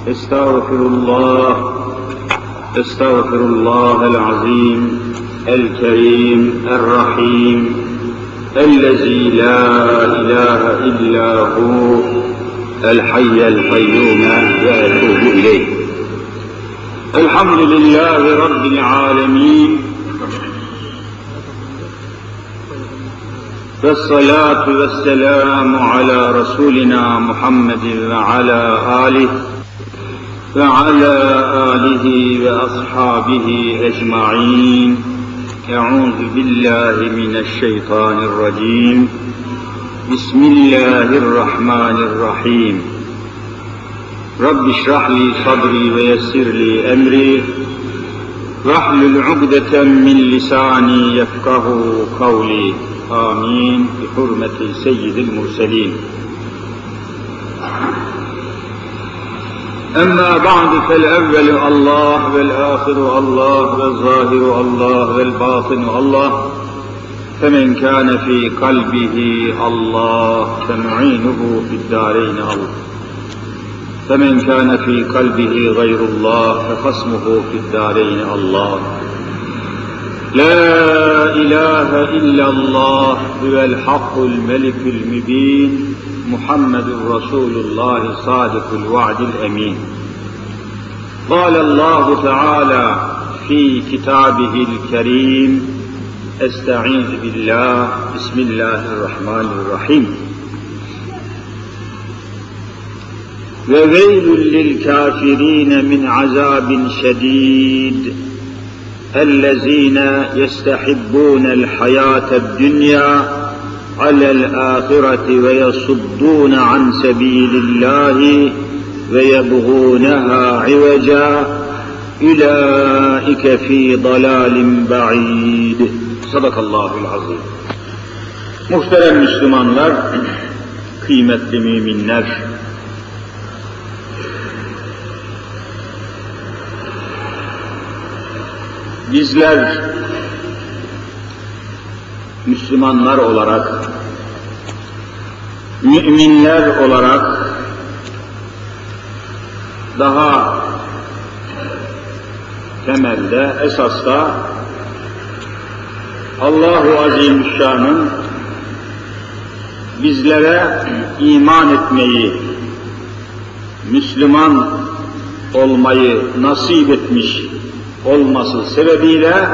استغفر الله العظيم الكريم الرحيم الذي لا إله إلا هو الحي القيوم وأتوب إليه. الحمد لله رب العالمين والصلاة والسلام على رسولنا محمد وعلى آله وأصحابه أجمعين. أعوذ بالله من الشيطان الرجيم. بسم الله الرحمن الرحيم. رب اشرح لي صدري ويسر لي أمري واحلل عقدة من لساني يفقه قولي. آمين بحرمة سيد المرسلين. أما بعد فالأول الله والآخر الله والظاهر الله والباطن الله، فمن كان في قلبه الله فمعينه في الدارين الله، فمن كان في قلبه غير الله فخصمه في الدارين الله. لا إله إلا الله هو الحق الملك المبين محمد رسول الله صادق الوعد الأمين. قال الله تعالى في كتابه الكريم: استعيذ بالله بسم الله الرحمن الرحيم. وويل للكافرين من عذاب شديد الذين يستحبون الحياة الدنيا على الآخرة ويصدون عن سبيل الله ويبغونها عوجا أولئك في ضلال بعيد. Sadakallahul azim. Muhterem Müslümanlar, kıymetli müminler, bizler Müslümanlar olarak, müminler olarak daha temelde, esasda Allah-u Azimüşşan'ın bizlere iman etmeyi, Müslüman olmayı nasip etmiş olması sebebiyle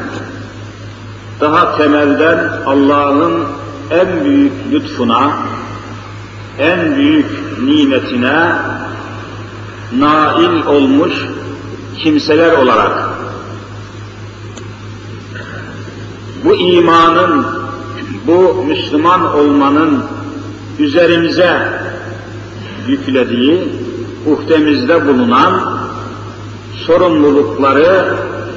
daha temelden Allah'ın en büyük lütfuna, en büyük nimetine nail olmuş kimseler olarak bu imanın, bu Müslüman olmanın üzerimize yüklediği, uhdemizde bulunan sorumlulukları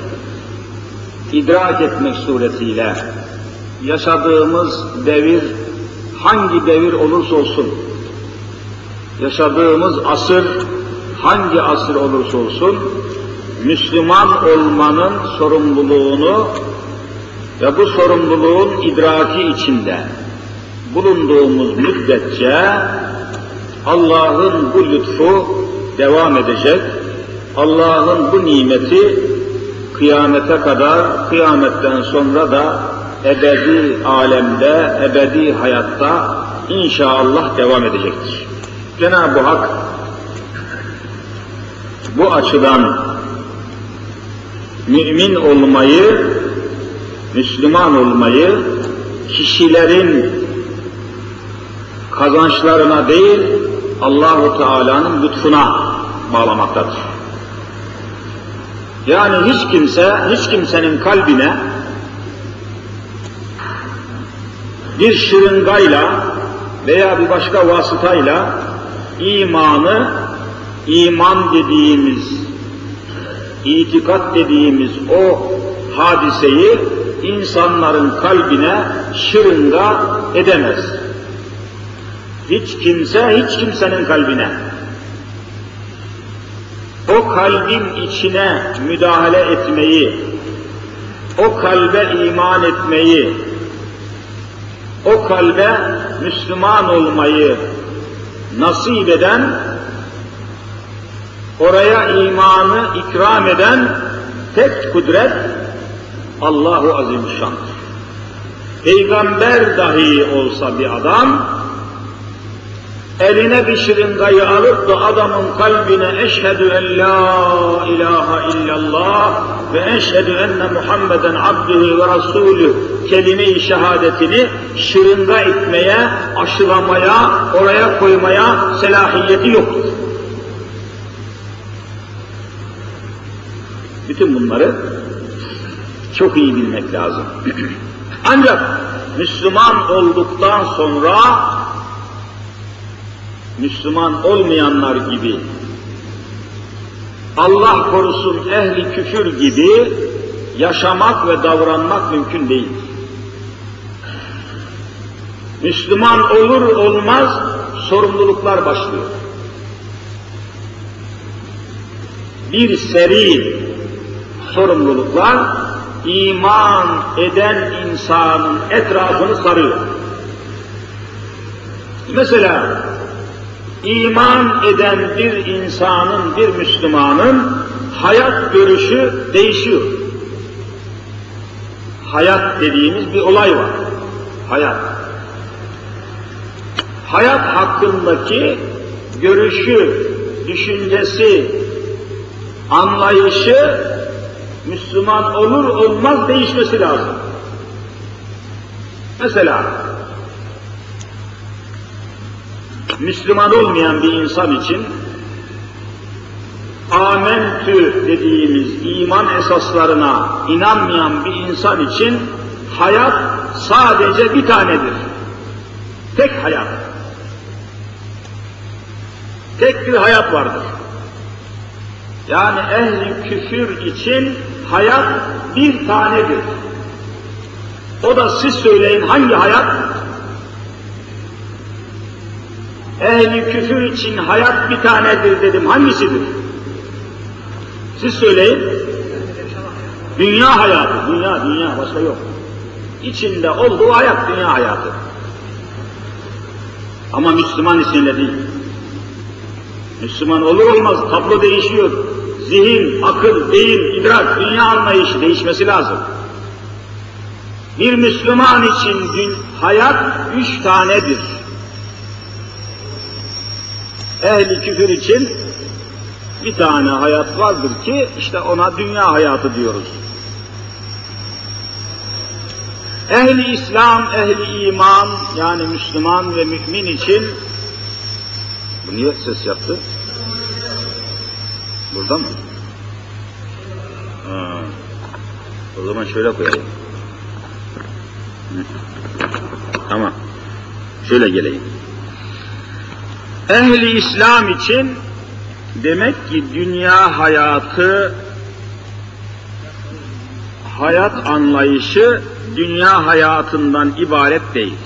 idrak etmek suretiyle yaşadığımız devir hangi devir olursa olsun, yaşadığımız asır hangi asır olursa olsun, Müslüman olmanın sorumluluğunu ve bu sorumluluğun idraki içinde bulunduğumuz müddetçe Allah'ın bu lütfu devam edecek, Allah'ın bu nimeti kıyamete kadar, kıyametten sonra da ebedi alemde, ebedi hayatta inşallah devam edecektir. Cenab-ı Hak bu açıdan mümin olmayı, Müslüman olmayı kişilerin kazançlarına değil, Allah-u Teala'nın lütfuna bağlamaktadır. Yani hiç kimsenin kalbine bir şırıngayla veya bir başka vasıtayla iman dediğimiz, itikat dediğimiz o hadiseyi insanların kalbine şırınga edemez. Hiç kimsenin kalbine o kalbin içine müdahale etmeyi, o kalbe iman etmeyi, o kalbe Müslüman olmayı nasip eden oraya imanı ikram eden tek kudret Allahu Azimüşşan'dır. Peygamber dahi olsa bir adam, eline bir şırıngayı alıp da adamın kalbine eşhedü en la ilahe illallah ve eşhedü enne Muhammeden abdühü ve rasulü kelime-i şehadetini şırınga etmeye, aşılamaya, oraya koymaya selahiyeti yoktur. Bütün bunları çok iyi bilmek lazım. Ancak Müslüman olduktan sonra Müslüman olmayanlar gibi, Allah korusun ehli küfür gibi yaşamak ve davranmak mümkün değil. Müslüman olur olmaz sorumluluklar başlıyor. Bir seri sorumluluklar iman eden insanın etrafını sarıyor. Mesela iman eden bir insanın, bir Müslümanın hayat görüşü değişiyor. Hayat dediğimiz bir olay var. Hayat. Hayat hakkındaki görüşü, düşüncesi, anlayışı Müslüman olur olmaz değişmesi lazım. Mesela Müslüman olmayan bir insan için âmentü dediğimiz iman esaslarına inanmayan bir insan için hayat sadece bir tanedir. Tek hayat. Tek bir hayat vardır. Yani ehli küfür için hayat bir tanedir. O da siz söyleyin hangi hayat? Ehli küfür için hayat bir tanedir dedim. Hangisidir? Siz söyleyin. Dünya hayatı. Dünya başka yok. İçinde olduğu hayat dünya hayatı. Ama Müslüman isimle değil. Müslüman olur olmaz tablo değişiyor. Zihin, akıl, beyin, idrak, dünya anlayışı değişmesi lazım. Bir Müslüman için hayat 3 tanedir. Ehli küfür için bir tane hayat vardır ki işte ona dünya hayatı diyoruz. Ehli İslam, ehli iman yani Müslüman ve mümin için bu niye ses yaptı? Burada mı? O zaman şöyle koyayım. Tamam. Şöyle geleyim. Ehli İslam için demek ki dünya hayatı, hayat anlayışı dünya hayatından ibaret değil.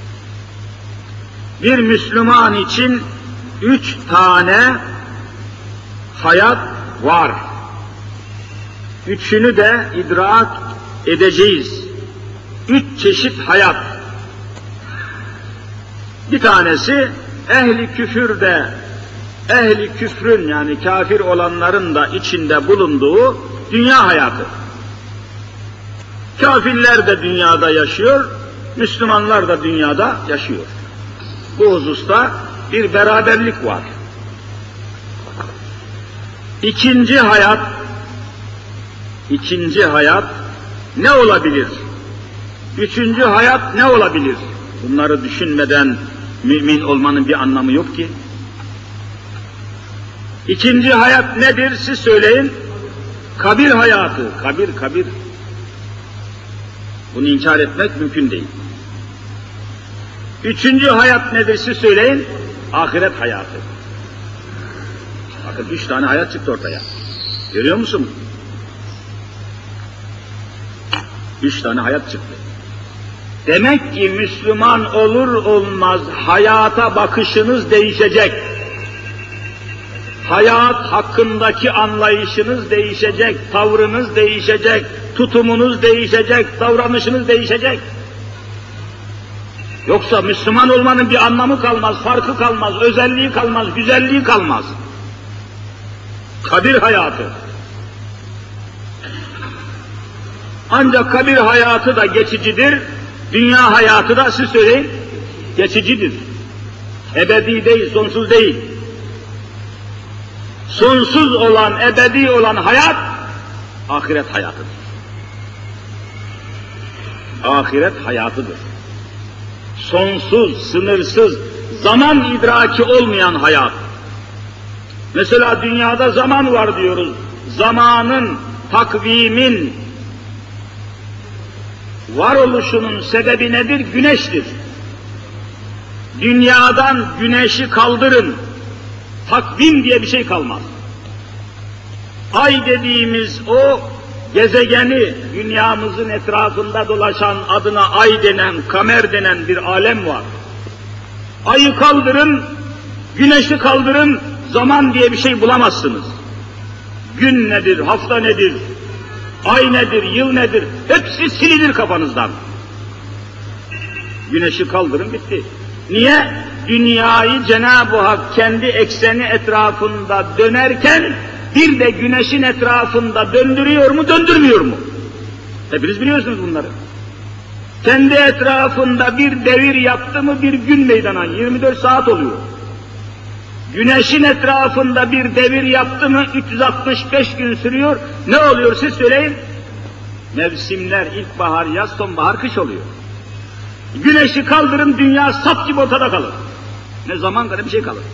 Bir Müslüman için 3 tane hayat var. Üçünü de idrak edeceğiz. 3 çeşit hayat. Bir tanesi ehli küfürde, ehli küfrün yani kafir olanların da içinde bulunduğu dünya hayatı. Kafirler de dünyada yaşıyor, Müslümanlar da dünyada yaşıyor. Bu hususta bir beraberlik var. İkinci hayat ne olabilir? Üçüncü hayat ne olabilir? Bunları düşünmeden mümin olmanın bir anlamı yok ki. İkinci hayat nedir? Siz söyleyin. Kabir hayatı. Kabir. Bunu inkar etmek mümkün değil. Üçüncü hayat nedir? Siz söyleyin. Ahiret hayatı. Bakın 3 tane hayat çıktı ortaya. Görüyor musun? 3 tane hayat çıktı. Demek ki Müslüman olur olmaz hayata bakışınız değişecek. Hayat hakkındaki anlayışınız değişecek, tavrınız değişecek, tutumunuz değişecek, davranışınız değişecek. Yoksa Müslüman olmanın bir anlamı kalmaz, farkı kalmaz, özelliği kalmaz, güzelliği kalmaz. Kabir hayatı. Ancak kabir hayatı da geçicidir, dünya hayatı da siz söyleyin, geçicidir. Ebedi değil, sonsuz değil. Sonsuz olan, ebedi olan hayat, ahiret hayatıdır. Ahiret hayatıdır. Sonsuz, sınırsız, zaman idraki olmayan hayat. Mesela dünyada zaman var diyoruz. Zamanın, takvimin, varoluşunun sebebi nedir? Güneştir. Dünyadan güneşi kaldırın, takvim diye bir şey kalmaz. Ay dediğimiz o gezegeni, dünyamızın etrafında dolaşan, adına ay denen, kamer denen bir alem var. Ayı kaldırın, güneşi kaldırın, zaman diye bir şey bulamazsınız. Gün nedir, hafta nedir, ay nedir, yıl nedir, hepsi silinir kafanızdan. Güneşi kaldırın, bitti. Niye? Dünyayı Cenab-ı Hak kendi ekseni etrafında dönerken bir de güneşin etrafında döndürüyor mu, döndürmüyor mu? Hepiniz biliyorsunuz bunları. Kendi etrafında bir devir yaptı mı bir gün meydana, 24 saat oluyor. Güneşin etrafında bir devir yaptı mı 365 gün sürüyor. Ne oluyor siz söyleyin? Mevsimler, ilkbahar, yaz, sonbahar, kış oluyor. Güneşi kaldırın, dünya sap gibi ortada kalır. Ne zaman kadar bir şey kalır.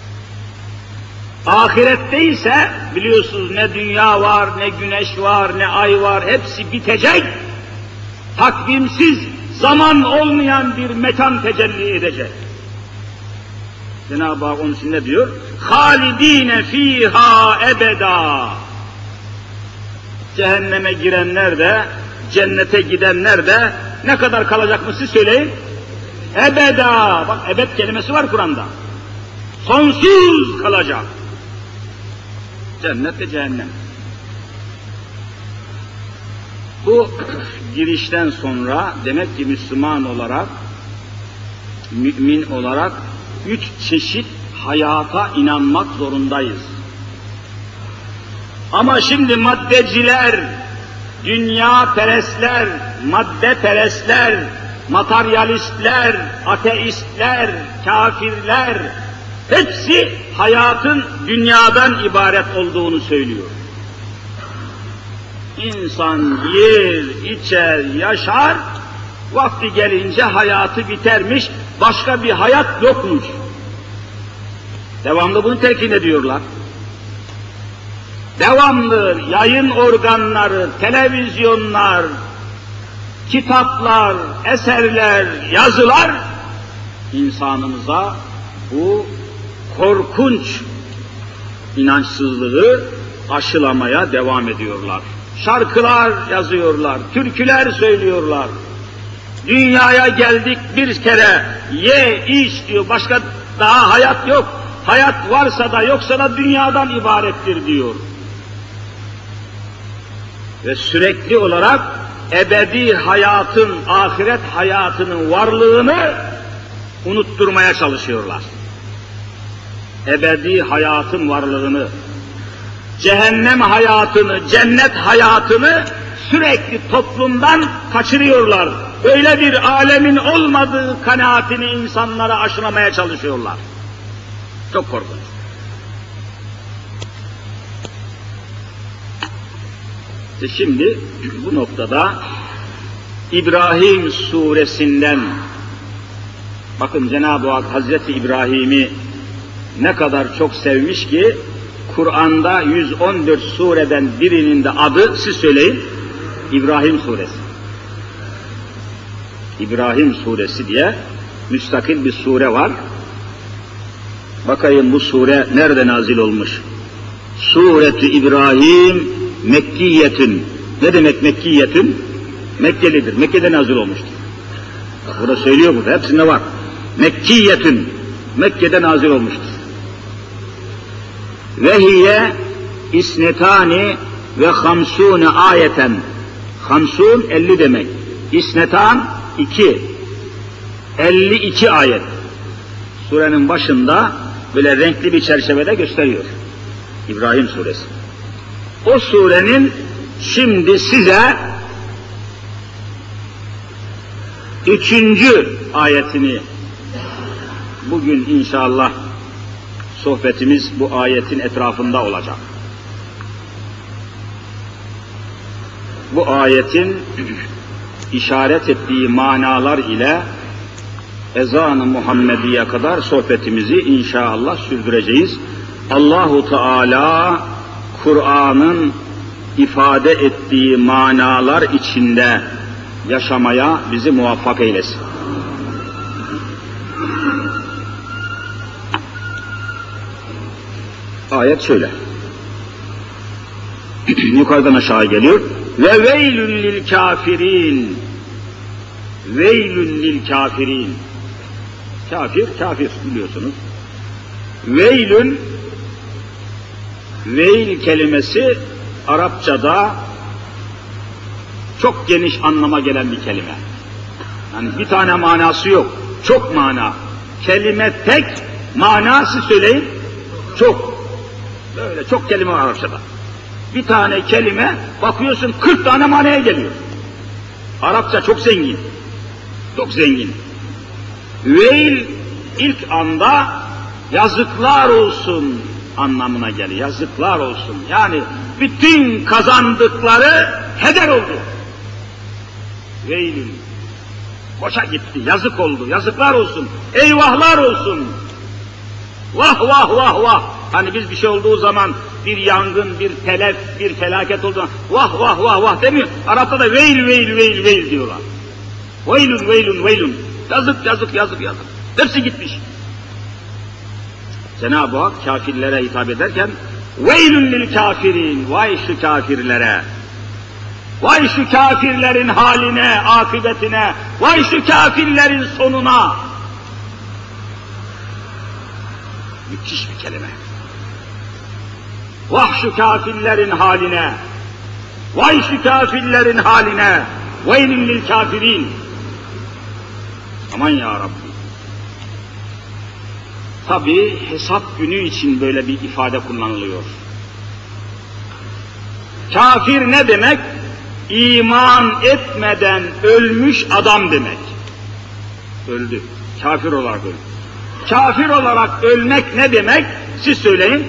Ahirette ise biliyorsunuz ne dünya var, ne güneş var, ne ay var, hepsi bitecek. Takvimsiz, zaman olmayan bir mekan tecelli edecek. Cenab-ı Hak onun için ne diyor? Halidine fiha ebeda. Cehenneme girenler de, cennete gidenler de ne kadar kalacak mı siz söyleyin? Ebeda. Bak ebed kelimesi var Kur'an'da. Sonsuz kalacak. Cennet ve cehennem. Bu girişten sonra demek ki Müslüman olarak, mümin olarak 3 çeşit hayata inanmak zorundayız. Ama şimdi maddeciler, dünya perestler, madde perestler, materyalistler, ateistler, kafirler, hepsi hayatın dünyadan ibaret olduğunu söylüyor. İnsan yer, içer, yaşar, vakti gelince hayatı bitermiş, başka bir hayat yokmuş. Devamlı bunu telkin ediyorlar. Devamlı yayın organları, televizyonlar, kitaplar, eserler, yazılar insanımıza bu korkunç inançsızlığı aşılamaya devam ediyorlar. Şarkılar yazıyorlar, türküler söylüyorlar. Dünyaya geldik bir kere, ye, iç diyor, başka daha hayat yok. Hayat varsa da yoksa da dünyadan ibarettir diyor. Ve sürekli olarak ebedi hayatın, ahiret hayatının varlığını unutturmaya çalışıyorlar. Ebedi hayatın varlığını, cehennem hayatını, cennet hayatını sürekli toplumdan kaçırıyorlar. Öyle bir alemin olmadığı kanaatini insanlara aşılamaya çalışıyorlar. Çok korkunç. Şimdi bu noktada İbrahim suresinden, bakın Cenab-ı Hak Hazreti İbrahim'i ne kadar çok sevmiş ki Kur'an'da 114 sureden birinin de adı, siz söyleyin, İbrahim suresi. İbrahim suresi diye müstakil bir sure var. Bakayım bu sure nerede nazil olmuş? Sure-i İbrahim Mekkiyetün. Ne demek Mekkiyetün? Mekkelidir. Mekke'de nazil olmuştur. Bak burada söylüyor burada. Hepsinde var. Mekkiyetün. Mekke'de nazil olmuştur. Ve hiye isnetani ve hamsune ayeten. Hamsun 50 demek. İsnetan 2. 52 ayet. Surenin başında böyle renkli bir çerçevede gösteriyor. İbrahim suresi. O surenin şimdi size 3. ayetini bugün inşallah sohbetimiz bu ayetin etrafında olacak. Bu ayetin işaret ettiği manalar ile ezan-ı Muhammediye kadar sohbetimizi inşallah sürdüreceğiz. Allahu Teala Kur'an'ın ifade ettiği manalar içinde yaşamaya bizi muvaffak eylesin. Ayet şöyle. Yukarıdan aşağı geliyor. Ve veylün lil kafirin. Veylün lil kafirin. Kafir, kafir biliyorsunuz. Veylün, veil kelimesi Arapçada çok geniş anlama gelen bir kelime. Yani bir tane manası yok. Çok mana. Kelime tek, manası söyleyin çok. Böyle çok kelime var Arapçada. Bir tane kelime bakıyorsun 40 tane manaya geliyor. Arapça çok zengin. Çok zengin. Veil ilk anda yazıklar olsun anlamına geliyor. Yazıklar olsun. Yani bütün kazandıkları heder oldu. Veilün. Boşa gitti. Yazık oldu. Yazıklar olsun. Eyvahlar olsun. Vah vah vah vah. Hani biz bir şey olduğu zaman bir yangın, bir telef, bir felaket olduğu zaman vah vah vah vah demiyor. Arap'ta da veil veil veil veil diyorlar. Veylun veylun veylun. Yazık yazık yazık yazık. Hepsi gitmiş. Cenab-ı Hak kafirlere hitap ederken veylun lil kafirin. Vay şu kafirlere. Vay şu kafirlerin haline, akıbetine. Vay şu kafirlerin sonuna. Müthiş bir kelime. Vah şu kafirlerin haline. Vay şu kafirlerin haline. Veylun lil kafirin. Aman ya Rabbi. Tabi hesap günü için böyle bir ifade kullanılıyor. Kafir ne demek? İman etmeden ölmüş adam demek. Öldü. Kafir olarak öldü. Kafir olarak ölmek ne demek? Siz söyleyin.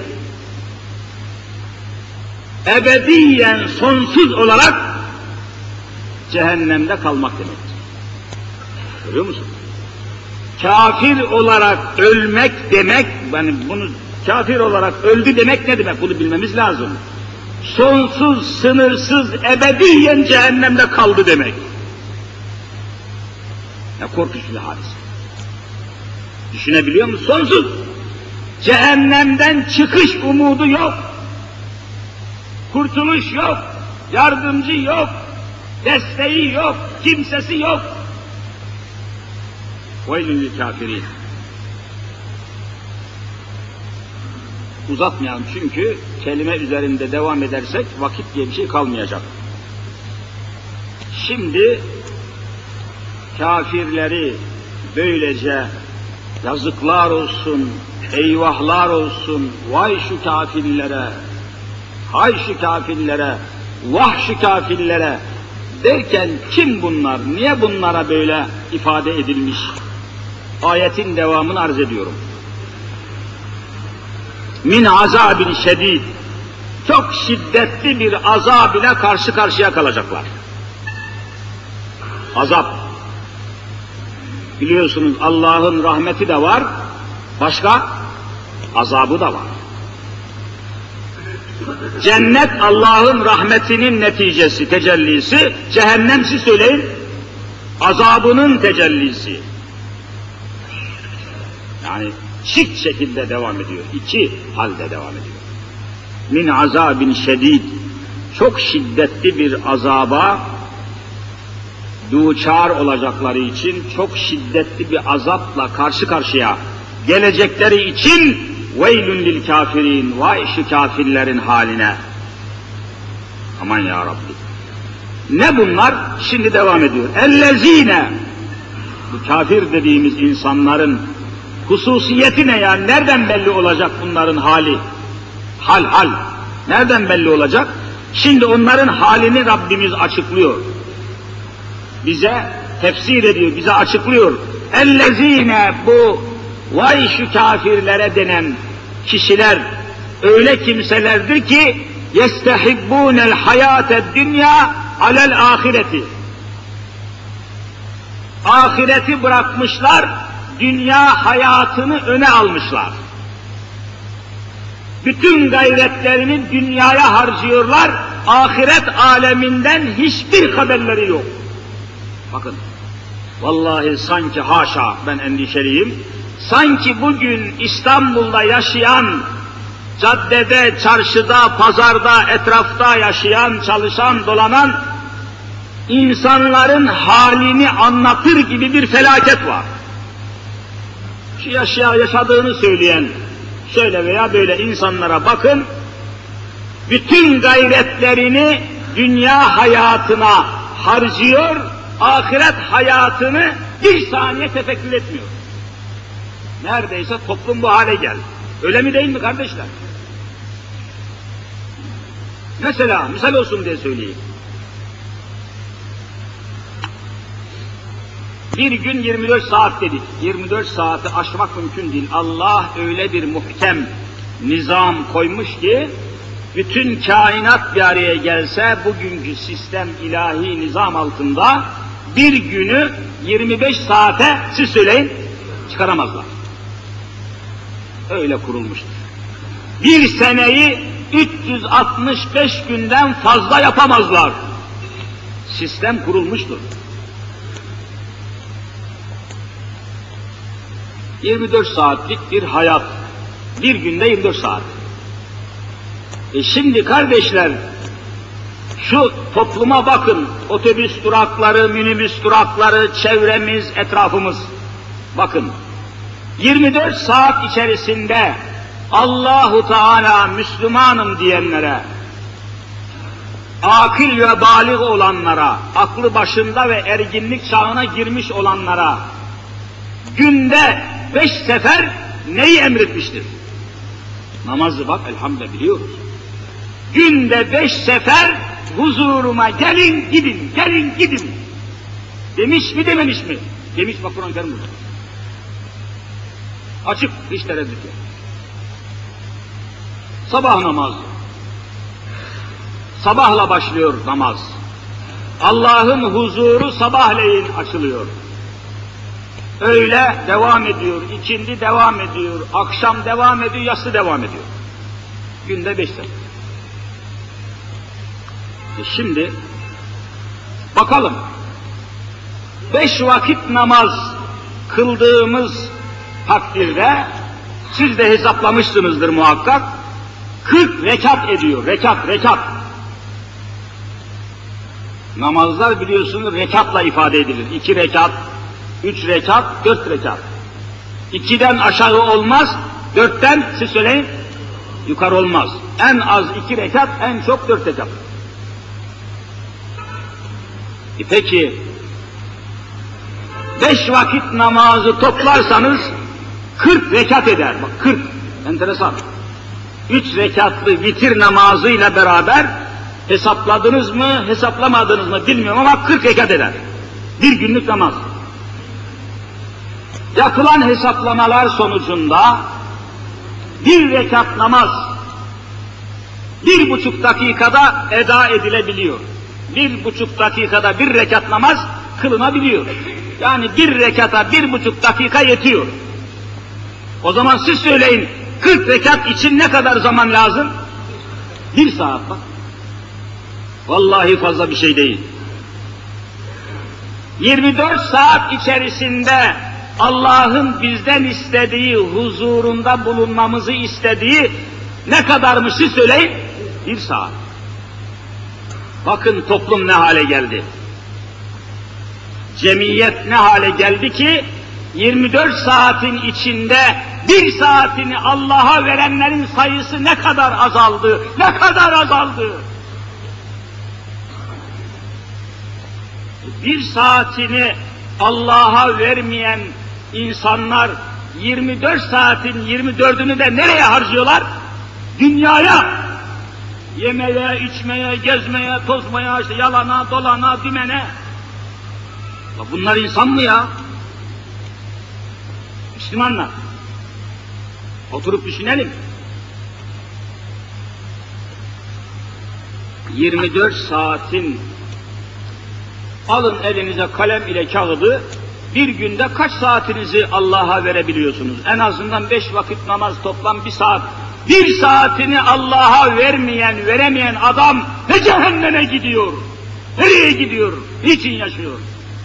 Ebediyen sonsuz olarak cehennemde kalmak demektir. Görüyor musun? Kafir olarak ölmek demek, yani bunu kafir olarak öldü demek ne demek? Bunu bilmemiz lazım. Sonsuz, sınırsız, ebediyen cehennemde kaldı demek. Ne korkunç bir hadise. Düşünebiliyor musun? Sonsuz. Cehennemden çıkış umudu yok. Kurtuluş yok. Yardımcı yok. Desteği yok. Kimsesi yok. Veylün lil kafirin. Uzatmayalım çünkü kelime üzerinde devam edersek vakit diye bir şey kalmayacak. Şimdi kafirleri böylece yazıklar olsun, eyvahlar olsun, vay şu kafirlere, hay şu kafirlere, vah şu kafirlere derken kim bunlar, niye bunlara böyle ifade edilmiş? Ayetin devamını arz ediyorum. Min azabin şedid. Çok şiddetli bir azab ile karşı karşıya kalacaklar. Azap. Biliyorsunuz Allah'ın rahmeti de var, başka azabı da var. Cennet Allah'ın rahmetinin neticesi, tecellisi, cehennem siz söyleyin, azabının tecellisi. Yani çift şekilde devam ediyor, iki halde devam ediyor. Min azabin şedid, çok şiddetli bir azaba duçar olacakları için, çok şiddetli bir azapla karşı karşıya gelecekleri için veylün lil kafirin, vay şu kafirlerin haline. Aman ya Rabbi. Ne bunlar? Şimdi devam ediyor. Ellezine, bu kafir dediğimiz insanların hususiyeti ne yani? Nereden belli olacak bunların hali? Hal. Nereden belli olacak? Şimdi onların halini Rabbimiz açıklıyor. Bize tefsir ediyor, bize açıklıyor. Ellezine, bu vay şu kafirlere denen kişiler öyle kimselerdir ki yestehibbûnel hayâted dünya alel ahireti. Ahireti bırakmışlar, dünya hayatını öne almışlar. Bütün gayretlerini dünyaya harcıyorlar, ahiret aleminden hiçbir haberleri yok. Bakın, vallahi sanki haşa, ben endişeliyim, sanki bugün İstanbul'da yaşayan, caddede, çarşıda, pazarda, etrafta yaşayan, çalışan, dolanan insanların halini anlatır gibi bir felaket var. Şu yaşadığını söyleyen, şöyle veya böyle insanlara bakın, bütün gayretlerini dünya hayatına harcıyor, ahiret hayatını bir saniye tefekkür etmiyor. Neredeyse toplum bu hale geldi. Öyle mi değil mi kardeşler? Mesela, misal olsun diye söyleyeyim. Bir gün 24 saat dedik. 24 saati aşmak mümkün değil. Allah öyle bir muhkem nizam koymuş ki, bütün kainat bir araya gelse, bugünkü sistem ilahi nizam altında bir günü 25 saate, siz söyleyin, çıkaramazlar. Öyle kurulmuştur. Bir seneyi 365 günden fazla yapamazlar. Sistem kurulmuştur. 24 saatlik bir hayat. Bir günde 24 saat. Şimdi kardeşler, şu topluma bakın, otobüs durakları, minibüs durakları, çevremiz, etrafımız. Bakın, 24 saat içerisinde Allahu Teala Müslümanım diyenlere, akıl ve bâlig olanlara, aklı başında ve erginlik çağına girmiş olanlara, günde 5 sefer neyi emretmiştir? Namazı bak, elhamdülillah biliyoruz. Günde 5 sefer huzuruma gelin gidin, gelin gidin. Demiş mi dememiş mi? Demiş, bak Kur'an-ı Kerim burada. Açık, hiç tereddüt yok. Sabah namazı. Sabahla başlıyor namaz. Allah'ın huzuru sabahleyin açılıyor. Öğle devam ediyor, ikindi devam ediyor, akşam devam ediyor, yatsı devam ediyor. Günde 5 sefer. Şimdi bakalım, 5 vakit namaz kıldığımız takdirde, siz de hesaplamışsınızdır muhakkak, 40 rekat ediyor, rekat. Namazlar biliyorsunuz rekatla ifade edilir. 2 rekat, 3 rekat, 4 rekat. 2'den aşağı olmaz, 4'ten siz söyleyin, yukarı olmaz. En az 2 rekat, en çok 4 rekat. Peki, 5 vakit namazı toplarsanız 40 rekat eder. Bak 40, enteresan. 3 rekatlı vitir namazıyla beraber hesapladınız mı, hesaplamadınız mı bilmiyorum ama 40 rekat eder. Bir günlük namaz. Yapılan hesaplamalar sonucunda 1 rekat namaz 1,5 dakikada eda edilebiliyor. 1,5 dakikada 1 rekat namaz kılınabiliyor. Yani 1 rekata 1,5 dakika yetiyor. O zaman siz söyleyin, 40 rekat için ne kadar zaman lazım? 1 saat bak. Vallahi fazla bir şey değil. 24 saat içerisinde Allah'ın bizden istediği, huzurunda bulunmamızı istediği ne kadarmış siz söyleyin? 1 saat. Bakın toplum ne hale geldi. Cemiyet ne hale geldi ki 24 saatin içinde 1 saatini Allah'a verenlerin sayısı ne kadar azaldı, ne kadar azaldı. 1 saatini Allah'a vermeyen insanlar 24 saatin 24'ünü de nereye harcıyorlar? Dünyaya, yemeye, içmeye, gezmeye, tozmaya, işte yalana, dolana, dümene. Ya bunlar insan mı ya? Müslümanlar. Oturup düşünelim. 24 saatin alın elinize kalem ile kağıdı, bir günde kaç saatinizi Allah'a verebiliyorsunuz? En azından 5 vakit namaz, toplam 1 saat. 1 saatini Allah'a veremeyen adam ne cehenneme gidiyor? Nereye gidiyor? Niçin yaşıyor?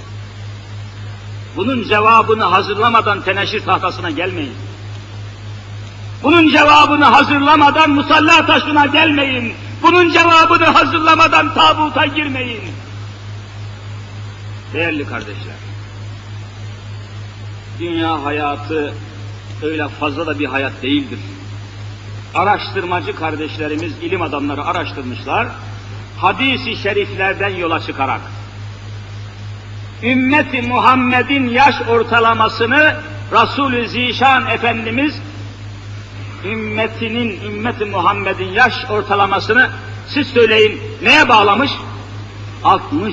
Bunun cevabını hazırlamadan teneşir tahtasına gelmeyin. Bunun cevabını hazırlamadan musalla taşına gelmeyin. Bunun cevabını hazırlamadan tabuta girmeyin. Değerli kardeşler, dünya hayatı öyle fazla da bir hayat değildir. Araştırmacı kardeşlerimiz, ilim adamları araştırmışlar, hadis-i şeriflerden yola çıkarak, ümmeti Muhammed'in yaş ortalamasını Resul-i Zişan Efendimiz, ümmeti Muhammed'in yaş ortalamasını siz söyleyin neye bağlamış? 60.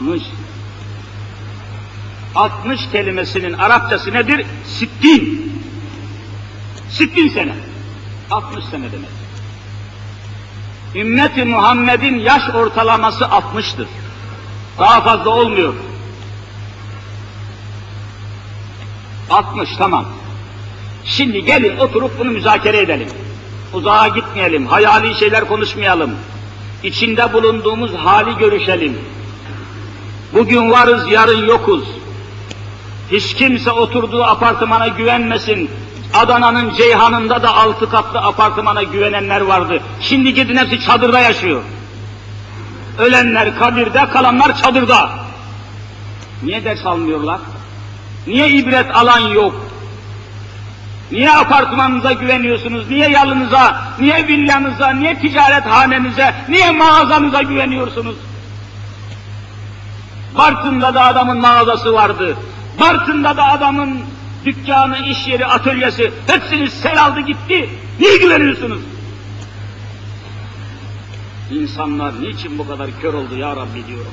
60 kelimesinin Arapçası nedir? Sittin. 60 sene. 60 sene demek. Ümmeti Muhammed'in yaş ortalaması 60'tır. Daha fazla olmuyor. 60 tamam. Şimdi gelin oturup bunu müzakere edelim. Uzağa gitmeyelim, hayali şeyler konuşmayalım. İçinde bulunduğumuz hali görüşelim. Bugün varız, yarın yokuz. Hiç kimse oturduğu apartmana güvenmesin. Adana'nın Ceyhan'ında da 6 katlı apartmana güvenenler vardı. Şimdi gidin hepsi çadırda yaşıyor. Ölenler kabirde, kalanlar çadırda. Niye ders almıyorlar? Niye ibret alan yok? Niye apartmanınıza güveniyorsunuz? Niye yalınıza, niye villanıza, niye ticaret hanenize, niye mağazanıza güveniyorsunuz? Bartın'da da adamın mağazası vardı. Bartın'da da adamın dükkanı, iş yeri, atölyesi, hepsini sel aldı gitti. Niye güveniyorsunuz? İnsanlar niçin bu kadar kör oldu ya Rabbi diyorum.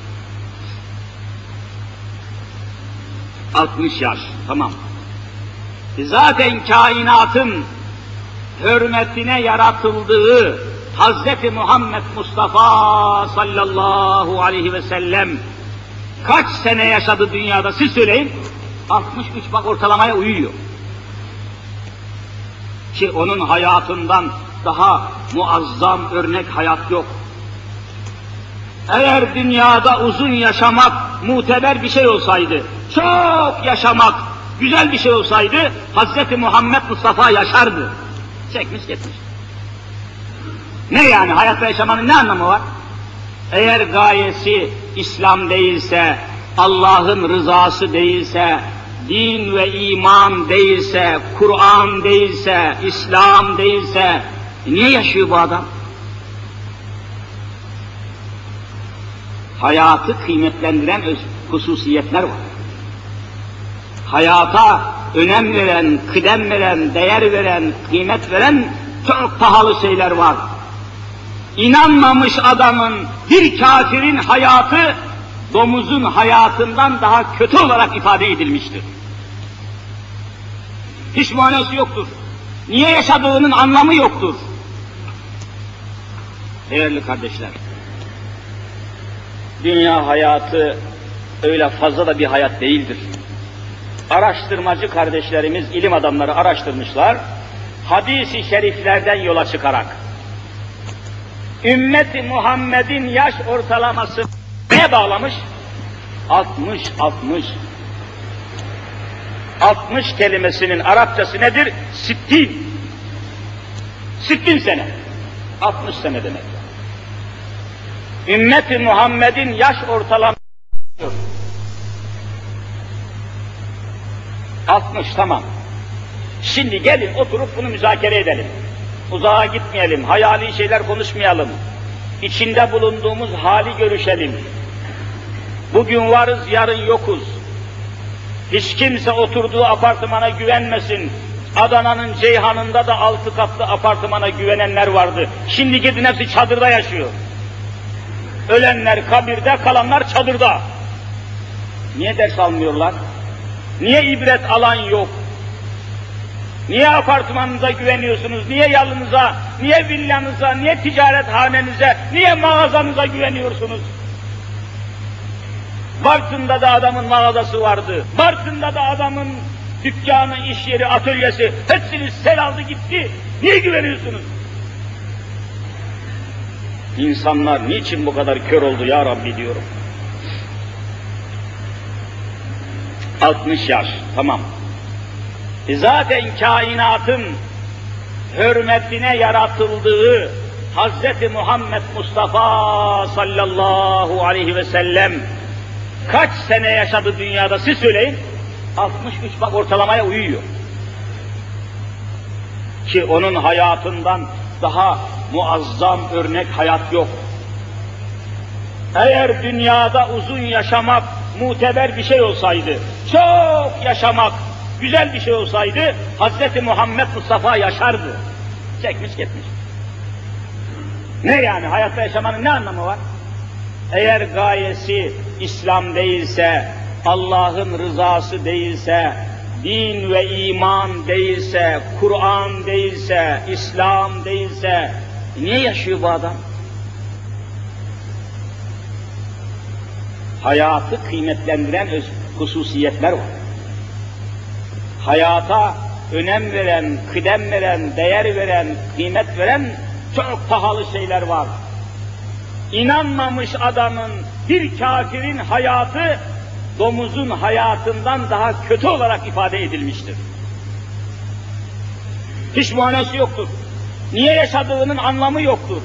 60 yaş, tamam. Zaten kainatın hürmetine yaratıldığı Hazreti Muhammed Mustafa sallallahu aleyhi ve sellem kaç sene yaşadı dünyada siz söyleyin? 63, bak ortalamaya uyuyor. Ki onun hayatından daha muazzam örnek hayat yok. Eğer dünyada uzun yaşamak muteber bir şey olsaydı, çok yaşamak güzel bir şey olsaydı, Hazreti Muhammed Mustafa yaşardı. Çekmiş gitmiş. Ne yani, hayatta yaşamanın ne anlamı var? Eğer gayesi İslam değilse, Allah'ın rızası değilse, din ve iman değilse, Kur'an değilse, İslam değilse, niye yaşıyor bu adam? Hayatı kıymetlendiren hususiyetler var. Hayata önem veren, kıdem veren, değer veren, kıymet veren çok pahalı şeyler var. İnanmamış adamın, bir kafirin hayatı, domuzun hayatından daha kötü olarak ifade edilmiştir. Hiç manası yoktur. Niye yaşadığının anlamı yoktur. Değerli kardeşler, dünya hayatı öyle fazla da bir hayat değildir. Araştırmacı kardeşlerimiz, ilim adamları araştırmışlar, hadis-i şeriflerden yola çıkarak, ümmeti Muhammed'in yaş ortalaması neye bağlamış? 60. 60 kelimesinin Arapçası nedir? Sittin. 60 sene. 60 sene demek. Ümmeti Muhammed'in yaş ortalaması 60, tamam. Şimdi gelin oturup bunu müzakere edelim. Uzağa gitmeyelim, hayali şeyler konuşmayalım. İçinde bulunduğumuz hali görüşelim. Bugün varız, yarın yokuz. Hiç kimse oturduğu apartmana güvenmesin. Adana'nın Ceyhan'ında da 6 katlı apartmana güvenenler vardı. Şimdi gidin hepsi çadırda yaşıyor. Ölenler kabirde, kalanlar çadırda. Niye ders almıyorlar? Niye ibret alan yok? Niye apartmanınıza güveniyorsunuz? Niye yalınıza, niye villanıza, niye ticarethanenize, niye mağazanıza güveniyorsunuz? Bartın'da da adamın mağazası vardı. Bartın'da da adamın dükkanı, iş yeri, atölyesi, hepsini sel aldı gitti. Niye güveniyorsunuz? İnsanlar niçin bu kadar kör oldu ya Rabbi diyorum. 60 yaş, tamam. Zaten kainatın hürmetine yaratıldığı Hz. Muhammed Mustafa sallallahu aleyhi ve sellem kaç sene yaşadı dünyada siz söyleyin? 63, bak ortalamaya uyuyor. Ki onun hayatından daha muazzam örnek hayat yok. Eğer dünyada uzun yaşamak muteber bir şey olsaydı, çok yaşamak güzel bir şey olsaydı, Hz. Muhammed Mustafa yaşardı. Çekmiş gitmiş. Ne yani, hayatta yaşamanın ne anlamı var? Eğer gayesi İslam değilse, Allah'ın rızası değilse, din ve iman değilse, Kur'an değilse, İslam değilse, niye yaşıyor bu adam? Hayatı kıymetlendiren hususiyetler var. Hayata önem veren, kıdem veren, değer veren, kıymet veren çok pahalı şeyler var. İnanmamış adamın, bir kafirin hayatı, domuzun hayatından daha kötü olarak ifade edilmiştir. Hiç manası yoktur. Niye yaşadığının anlamı yoktur.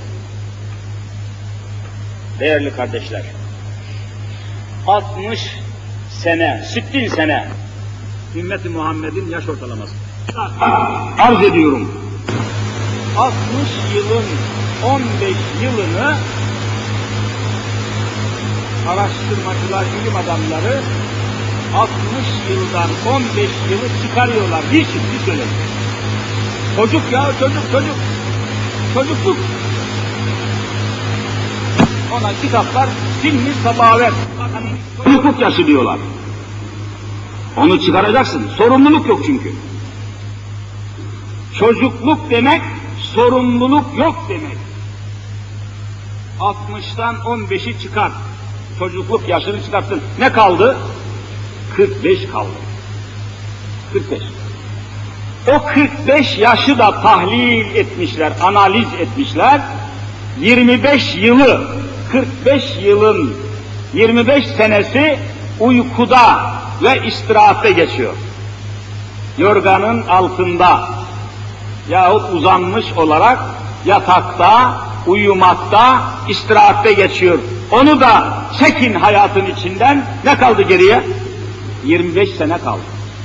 Değerli kardeşler, 60 sene, 60 sene, Ümmet-i Muhammed'in yaş ortalaması. Arz ediyorum. 60 yılın 15 yılını araştırmacılar, bilim adamları 60 yıldan 15 yılı çıkarıyorlar. Niçin? Bir söyleyin. Çocuk ya, çocuk. Çocukluk. Ona kitaplar sinni sabavet. Çocukluk yaşı diyorlar. Onu çıkaracaksın. Sorumluluk yok çünkü. Çocukluk demek, sorumluluk yok demek. 60'tan 15'i çıkar. Çocukluk yaşını çıkartsın. Ne kaldı? 45 kaldı. 45. O 45 yaşı da tahlil etmişler, analiz etmişler. 25 yılı, 45 yılın 25 senesi uykuda ve istirahatte geçiyor. Yorganın altında yahut uzanmış olarak yatakta, uyumakta, istirahatte geçiyor. Onu da çekin hayatın içinden, ne kaldı geriye? 25 sene kaldı.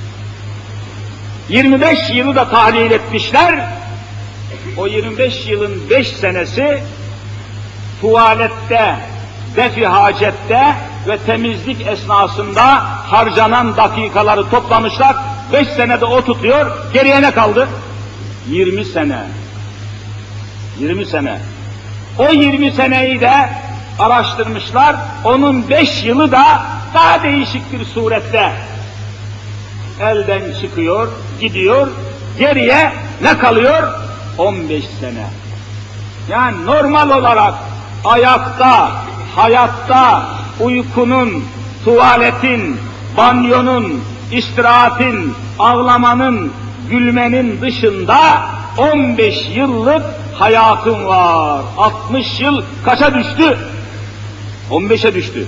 25 yılı da tahlil etmişler. O 25 yılın 5 senesi tuvalette, defi hacette ve temizlik esnasında harcanan dakikaları toplamışlar. 5 senede o tutuyor. Geriye ne kaldı? 20 sene. 20 sene. O 20 seneyi de araştırmışlar. Onun 5 yılı da daha değişik bir surette elden çıkıyor, gidiyor. Geriye ne kalıyor? 15 sene. Yani normal olarak ayakta, hayatta, uykunun, tuvaletin, banyonun, istirahatin, ağlamanın, gülmenin dışında 15 yıllık hayatın var. 60 yıl kaça düştü? 15'e düştü.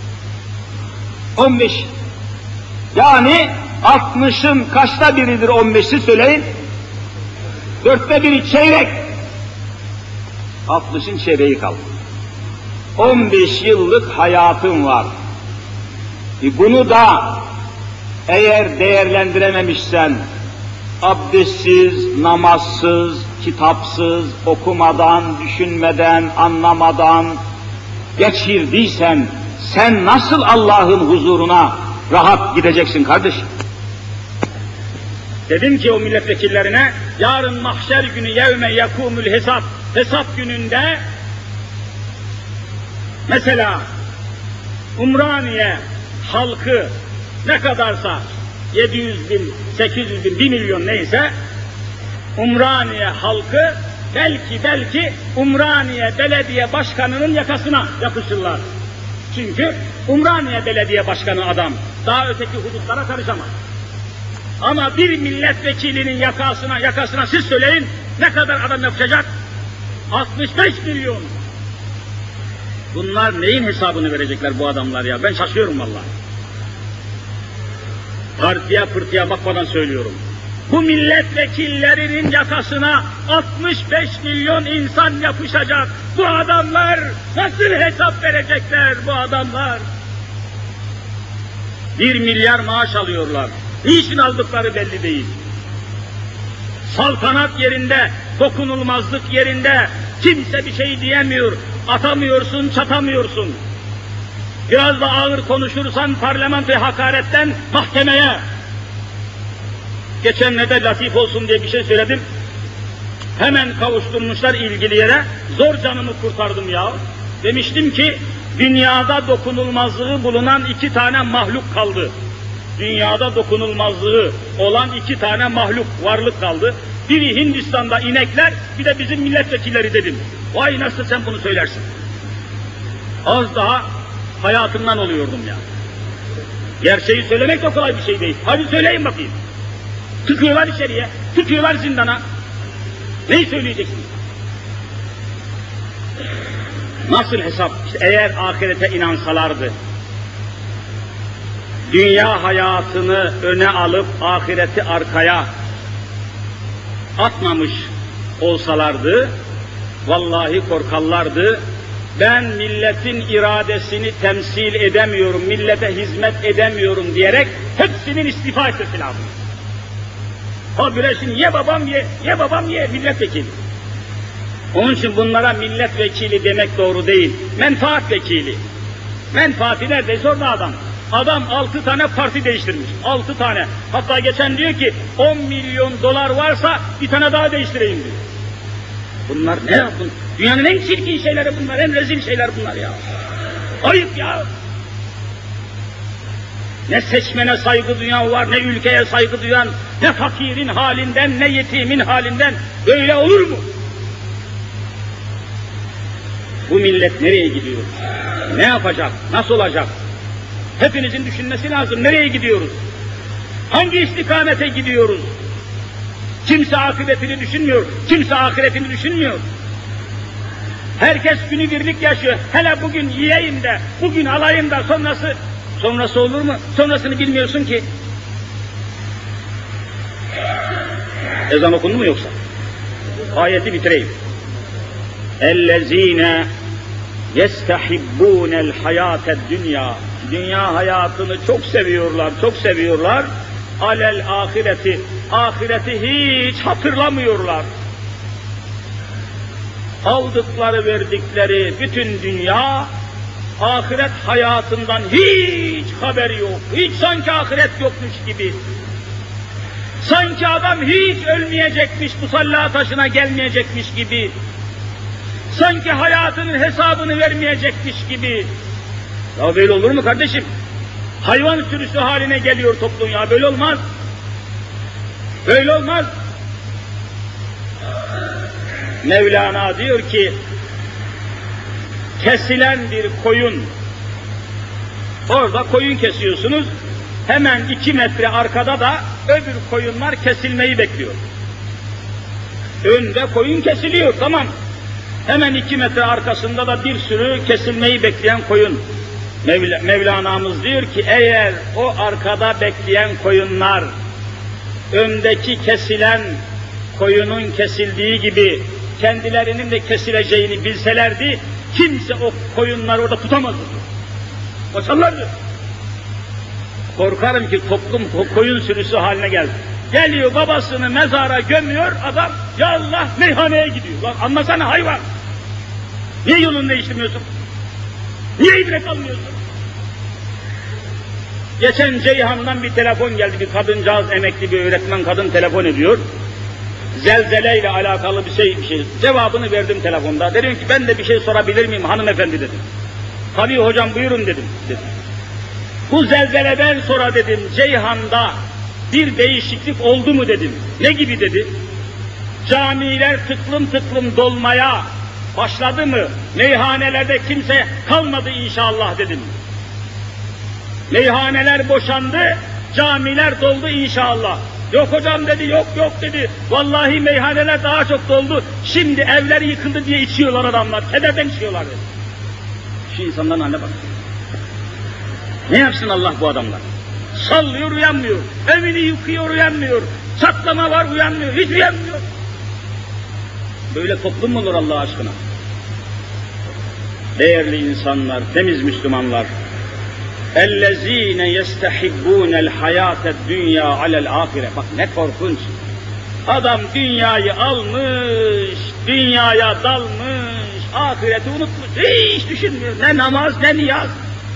15. Yani 60'ın kaçta biridir 15'i söyleyin? 4'te biri çeyrek. 60'ın çeyreği kaldı. 15 yıllık hayatın var. Bunu da eğer değerlendirememişsen, abdestsiz, namazsız, kitapsız, okumadan, düşünmeden, anlamadan geçirdiysen, sen nasıl Allah'ın huzuruna rahat gideceksin kardeşim? Dedim ki o milletvekillerine, yarın mahşer günü yevme yakumul hesap gününde mesela Umraniye halkı ne kadarsa 700 bin, 800 bin, 1 milyon neyse Umraniye halkı belki Umraniye Belediye Başkanı'nın yakasına yapışırlar. Çünkü Umraniye Belediye Başkanı adam, daha öteki hudutlara karışamaz. Ama bir milletvekilinin yakasına siz söyleyin, ne kadar adam yapacak? 65 milyon. Bunlar neyin hesabını verecekler bu adamlar ya? Ben şaşıyorum vallahi. Partiye pırtıya bakmadan söylüyorum. Bu milletvekillerinin yakasına 65 milyon insan yapışacak. Bu adamlar nasıl hesap verecekler bu adamlar? 1 milyar maaş alıyorlar. Niçin aldıkları belli değil. Saltanat yerinde, dokunulmazlık yerinde kimse bir şey diyemiyor. Atamıyorsun, çatamıyorsun. Biraz da ağır konuşursan parlamentoya hakaretten mahkemeye. Geçenlerde latif olsun diye bir şey söyledim. Hemen kavuşturmuşlar ilgili yere. Zor canımı kurtardım ya. Demiştim ki dünyada dokunulmazlığı bulunan 2 tane mahluk kaldı. Dünyada dokunulmazlığı olan 2 tane mahluk, varlık kaldı. Biri Hindistan'da inekler, bir de bizim milletvekilleri dedim. Vay nasıl sen bunu söylersin? Az daha hayatımdan oluyordum ya. Gerçeği söylemek de kolay bir şey değil. Hadi söyleyin bakayım. Tıkıyorlar içeriye, tıkıyorlar zindana. Neyi söyleyeceksiniz? Nasıl hesap? İşte eğer ahirete inansalardı, dünya hayatını öne alıp ahireti arkaya atmamış olsalardı, vallahi korkarlardı. Ben milletin iradesini temsil edemiyorum, millete hizmet edemiyorum diyerek hepsinin istifa etmesi lazım. Habire şimdi ye babam ye milletvekili. Onun için bunlara milletvekili demek doğru değil. Menfaat vekili. Menfaati neredeyse orada adam. Adam 6 tane parti değiştirmiş. 6 tane. Hatta geçen diyor ki 10 milyon dolar varsa bir tane daha değiştireyim diyor. Bunlar ne yapın? Dünyanın en çirkin şeyleri bunlar, en rezil şeyler bunlar ya. Ayıp ya. Ne seçmene saygı duyan var, ne ülkeye saygı duyan, ne fakirin halinden, ne yetimin halinden. Böyle olur mu? Bu millet nereye gidiyor? Ne yapacak? Nasıl olacak? Hepinizin düşünmesi lazım. Nereye gidiyoruz? Hangi istikamete gidiyoruz? Kimse akıbetini düşünmüyor, kimse ahiretini düşünmüyor. Herkes günübirlik yaşıyor. Hele bugün yiyeyim de, bugün alayım da sonrası olur mu? Sonrasını bilmiyorsun ki. Ezan okundu mu yoksa? Ayeti bitireyim. اَلَّذ۪ينَ يَسْتَحِبُّونَ الْحَيَاةَ الدُّنْيَا. Dünya hayatını çok seviyorlar. Alel ahireti hiç hatırlamıyorlar. Aldıkları, verdikleri bütün dünya, ahiret hayatından hiç haberi yok. Hiç sanki ahiret yokmuş gibi. Sanki adam hiç ölmeyecekmiş, musalla taşına gelmeyecekmiş gibi. Sanki hayatının hesabını vermeyecekmiş gibi. Ya böyle olur mu kardeşim? Hayvan sürüsü haline geliyor toplum ya, böyle olmaz. Böyle olmaz. Mevlana diyor ki, kesilen bir koyun, orada koyun kesiyorsunuz, hemen 2 metre arkada da öbür koyunlar kesilmeyi bekliyor. Önde koyun kesiliyor, tamam. Hemen 2 metre arkasında da bir sürü kesilmeyi bekleyen koyun. Mevlana'mız diyor ki, eğer o arkada bekleyen koyunlar, öndeki kesilen koyunun kesildiği gibi kendilerinin de kesileceğini bilselerdi, kimse o koyunları orada tutamazdı. Kaçarlardı. Korkarım ki toplum koyun sürüsü haline geldi. Geliyor babasını mezara gömüyor, adam ya Allah meyhaneye gidiyor. Lan anlasana hayvan. Niye yolunu değiştirmiyorsun? Niye ibret almıyorsun? Geçen Ceyhan'dan bir telefon geldi, bir kadıncağız, emekli bir öğretmen kadın telefon ediyor. Zelzeleyle alakalı bir şey. Cevabını verdim telefonda. Dedim ki ben de bir şey sorabilir miyim hanımefendi dedim. Tabii hocam buyurun dedim. Bu zelzeleden sonra dedim Ceyhan'da bir değişiklik oldu mu dedim. Ne gibi dedi. Camiler tıklım tıklım dolmaya başladı mı? Meyhanelerde kimse kalmadı inşallah dedim. Meyhaneler boşandı, camiler doldu inşallah. Yok hocam dedi, yok dedi. Vallahi meyhaneler daha çok doldu. Şimdi evler yıkıldı diye içiyorlar adamlar. Kederden içiyorlar dedi. Şu insanların haline bak. Ne yapsın Allah bu adamlar? Sallıyor uyanmıyor. Evini yıkıyor uyanmıyor. Çatlama var uyanmıyor. Hiç uyanmıyor. Böyle toplum mu olur Allah aşkına? Değerli insanlar, temiz Müslümanlar. اَلَّذ۪ينَ يَسْتَحِبُّونَ الْحَيَاةَ الدُّنْيَا عَلَى الْآخِرَةِ. Bak ne korkunç. Adam dünyayı almış, dünyaya dalmış, ahireti unutmuş, hiç düşünmüyor. Ne namaz ne niyaz.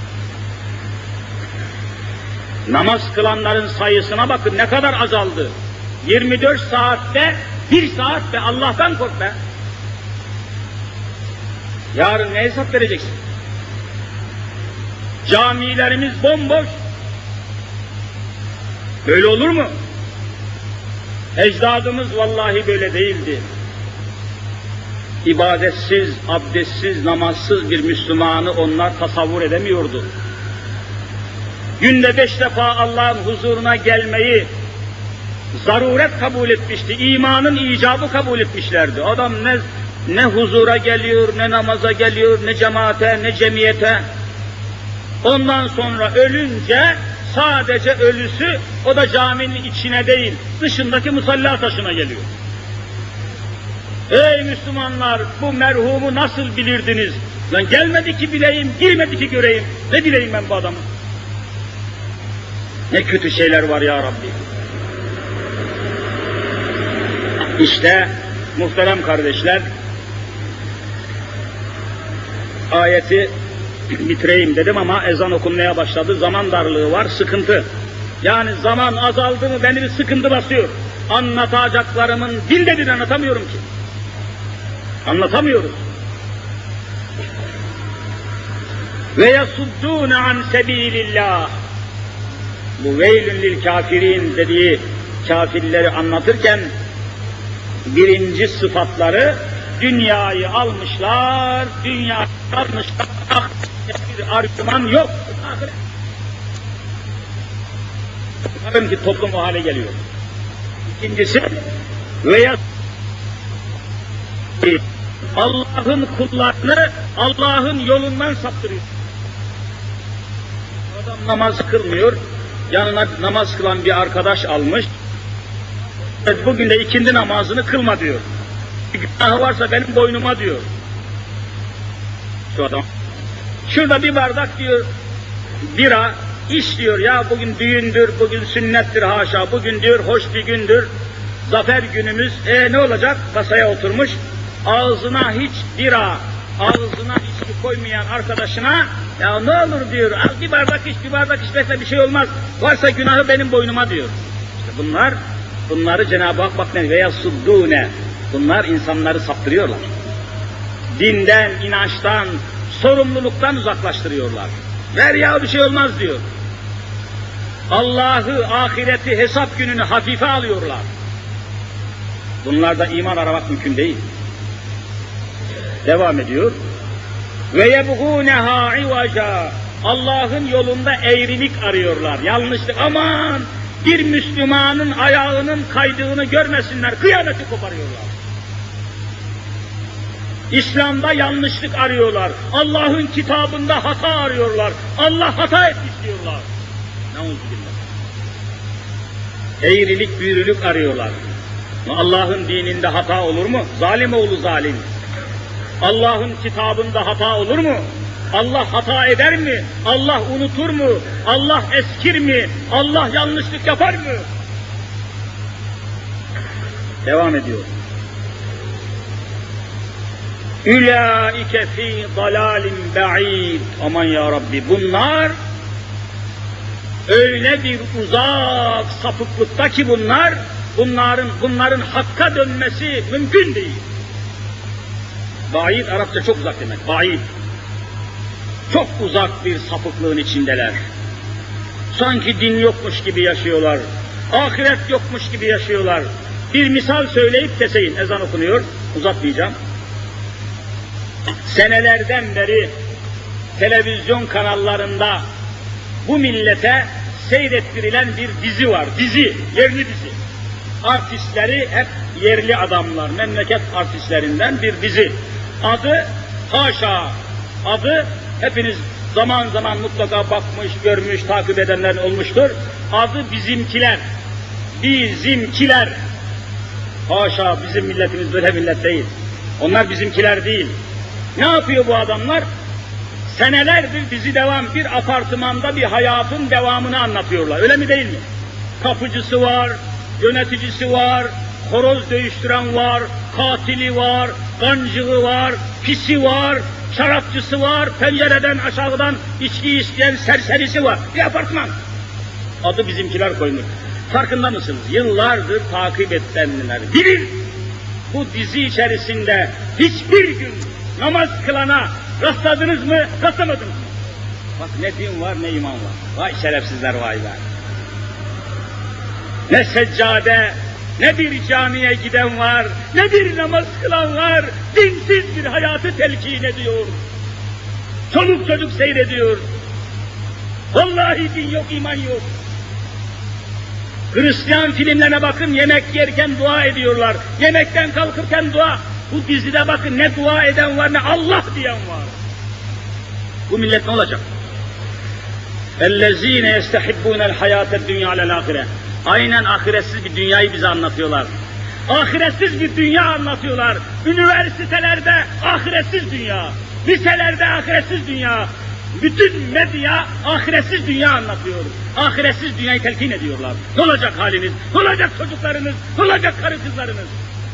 Namaz kılanların sayısına bakın ne kadar azaldı. 24 saatte 1 saat be, Allah'tan kork be. Yarın ne hesap vereceksin? Camilerimiz bomboş. Böyle olur mu? Ecdadımız vallahi böyle değildi. İbadetsiz, abdestsiz, namazsız bir Müslümanı onlar tasavvur edemiyordu. Günde 5 defa Allah'ın huzuruna gelmeyi zaruret kabul etmişti. İmanın icabı kabul etmişlerdi. Adam ne huzura geliyor, ne namaza geliyor, ne cemaate, ne cemiyete. Ondan sonra ölünce sadece ölüsü, o da caminin içine değil, dışındaki musalla taşına geliyor. Ey Müslümanlar, bu merhumu nasıl bilirdiniz? Lan gelmedi ki bileyim, girmedi ki göreyim. Ne bileyim ben bu adamı? Ne kötü şeyler var ya Rabbi. İşte muhterem kardeşler, ayeti bitireyim dedim ama ezan okunmaya başladı. Zaman darlığı var, sıkıntı. Yani zaman azaldı mı beni bir sıkıntı basıyor. Anlatacaklarımın dilde bir anlatamıyorum ki. Anlatamıyoruz. Ve yasuddûne an sebîlillâh. Bu veylün lil kafirin dediği kafirleri anlatırken birinci sıfatları dünyayı almışlar, bir argüman yok. Bakın ki toplum o hale geliyor. İkincisi veya Allah'ın kullarını Allah'ın yolundan saptırıyor. Adam namaz kılmıyor, yanına namaz kılan bir arkadaş almış. Bugün de ikindi namazını kılma diyor. Bir günahı varsa benim boynuma diyor. Şu adam. Şurada bir bardak diyor, bira, iç diyor ya bugün düğündür, bugün sünnettir haşa, bugün diyor hoş bir gündür, zafer günümüz, ne olacak? Kasaya oturmuş, ağzına hiç bira, ağzına içki koymayan arkadaşına, ya ne olur diyor, al bir bardak içmekle bir şey olmaz, varsa günahı benim boynuma diyor. İşte bunları Cenab-ı Hak bak ne, veya suddûne, bunlar insanları saptırıyorlar. Dinden, inançtan, sorumluluktan uzaklaştırıyorlar. Ver ya bir şey olmaz diyor. Allah'ı, ahireti, hesap gününü hafife alıyorlar. Bunlarda iman aramak mümkün değil. Devam ediyor. Ve yebgûneha ivaca. Allah'ın yolunda eğrilik arıyorlar. Yanlışlık. Aman! Bir Müslümanın ayağının kaydığını görmesinler. Kıyameti koparıyorlar. İslam'da yanlışlık arıyorlar. Allah'ın kitabında hata arıyorlar. Allah hata etmiş diyorlar. Neuzubillah. Eğrilik, büyürülük arıyorlar. Allah'ın dininde hata olur mu? Zalim oğlu zalim. Allah'ın kitabında hata olur mu? Allah hata eder mi? Allah unutur mu? Allah eskir mi? Allah yanlışlık yapar mı? Devam ediyor. Ulaike fî dalâlin ba'id. Aman ya Rabbi, bunlar öyle bir uzak sapıklıkta ki bunların hakka dönmesi mümkün değil. Baid, Arapça çok uzak demek, baid. Çok uzak bir sapıklığın içindeler. Sanki din yokmuş gibi yaşıyorlar, ahiret yokmuş gibi yaşıyorlar. Bir misal söyleyip keseyim, ezan okunuyor, uzatmayacağım. Senelerden beri televizyon kanallarında bu millete seyrettirilen bir dizi var, yerli dizi. Artistleri hep yerli adamlar, memleket artistlerinden bir dizi. Adı hepiniz zaman zaman mutlaka bakmış, görmüş, takip edenler olmuştur. Adı Bizimkiler. Bizimkiler. Haşa, bizim milletimiz böyle millet değil. Onlar bizimkiler değil. Ne yapıyor bu adamlar? Senelerdir dizi devam, bir apartmanda bir hayatın devamını anlatıyorlar. Öyle mi değil mi? Kapıcısı var, yöneticisi var, horoz dövüştüren var, katili var, gancığı var, pisi var, şarapçısı var, pencereden aşağıdan içki isteyen serserisi var. Bir apartman. Adı Bizimkiler koymuş. Farkında mısınız? Yıllardır takip edenler bilir. Bu dizi içerisinde hiçbir gün namaz kılana rastladınız mı, rastlamadınız mı? Bak ne din var, ne iman var. Vay şerefsizler, vay be. Ne seccade, ne bir camiye giden var, ne bir namaz kılan var. Dinsiz bir hayatı telkin ediyor. Çoluk çocuk seyrediyor. Vallahi din yok, iman yok. Hristiyan filmlerine bakın, yemek yerken dua ediyorlar. Yemekten kalkırken dua. Bu dizide bakın, ne dua eden var, ne Allah diyen var. Bu millet ne olacak? اَلَّذ۪ينَ يَسْتَحِبُّونَ الْحَيَاةَ الدُّنْيَا عَلَى الْآخِرَةِ. Aynen ahiretsiz bir dünyayı bize anlatıyorlar. Ahiretsiz bir dünya anlatıyorlar. Üniversitelerde ahiretsiz dünya, liselerde ahiretsiz dünya, bütün medya ahiretsiz dünya anlatıyor. Ahiretsiz dünyayı telkin ediyorlar. Ne olacak haliniz? Ne olacak çocuklarınız? Ne olacak karı kızlarınız?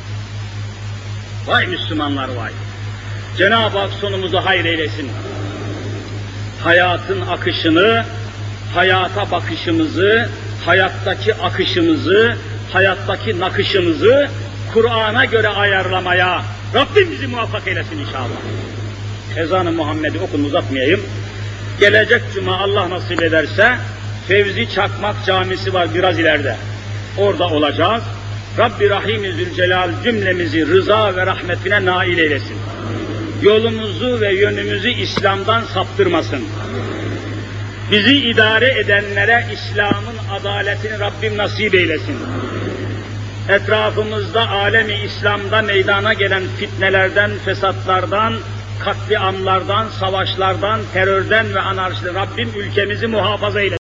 Vay Müslümanlar vay! Cenab-ı Hak sonumuzu hayır eylesin. Hayatın akışını, hayata bakışımızı, hayattaki akışımızı, hayattaki nakışımızı Kur'an'a göre ayarlamaya Rabbim bizi muvaffak eylesin inşallah. Ezan-ı Muhammed'i okun, uzatmayayım. Gelecek cuma Allah nasip ederse Fevzi Çakmak Camisi var biraz ileride. Orada olacağız. Rabbi Rahim-i Zülcelal cümlemizi rıza ve rahmetine nail eylesin. Yolumuzu ve yönümüzü İslam'dan saptırmasın. Bizi idare edenlere İslam'ın adaletini Rabbim nasip eylesin. Etrafımızda alemi İslam'da meydana gelen fitnelerden, fesatlardan, katliamlardan, savaşlardan, terörden ve anarşiden Rabbim ülkemizi muhafaza eylesin.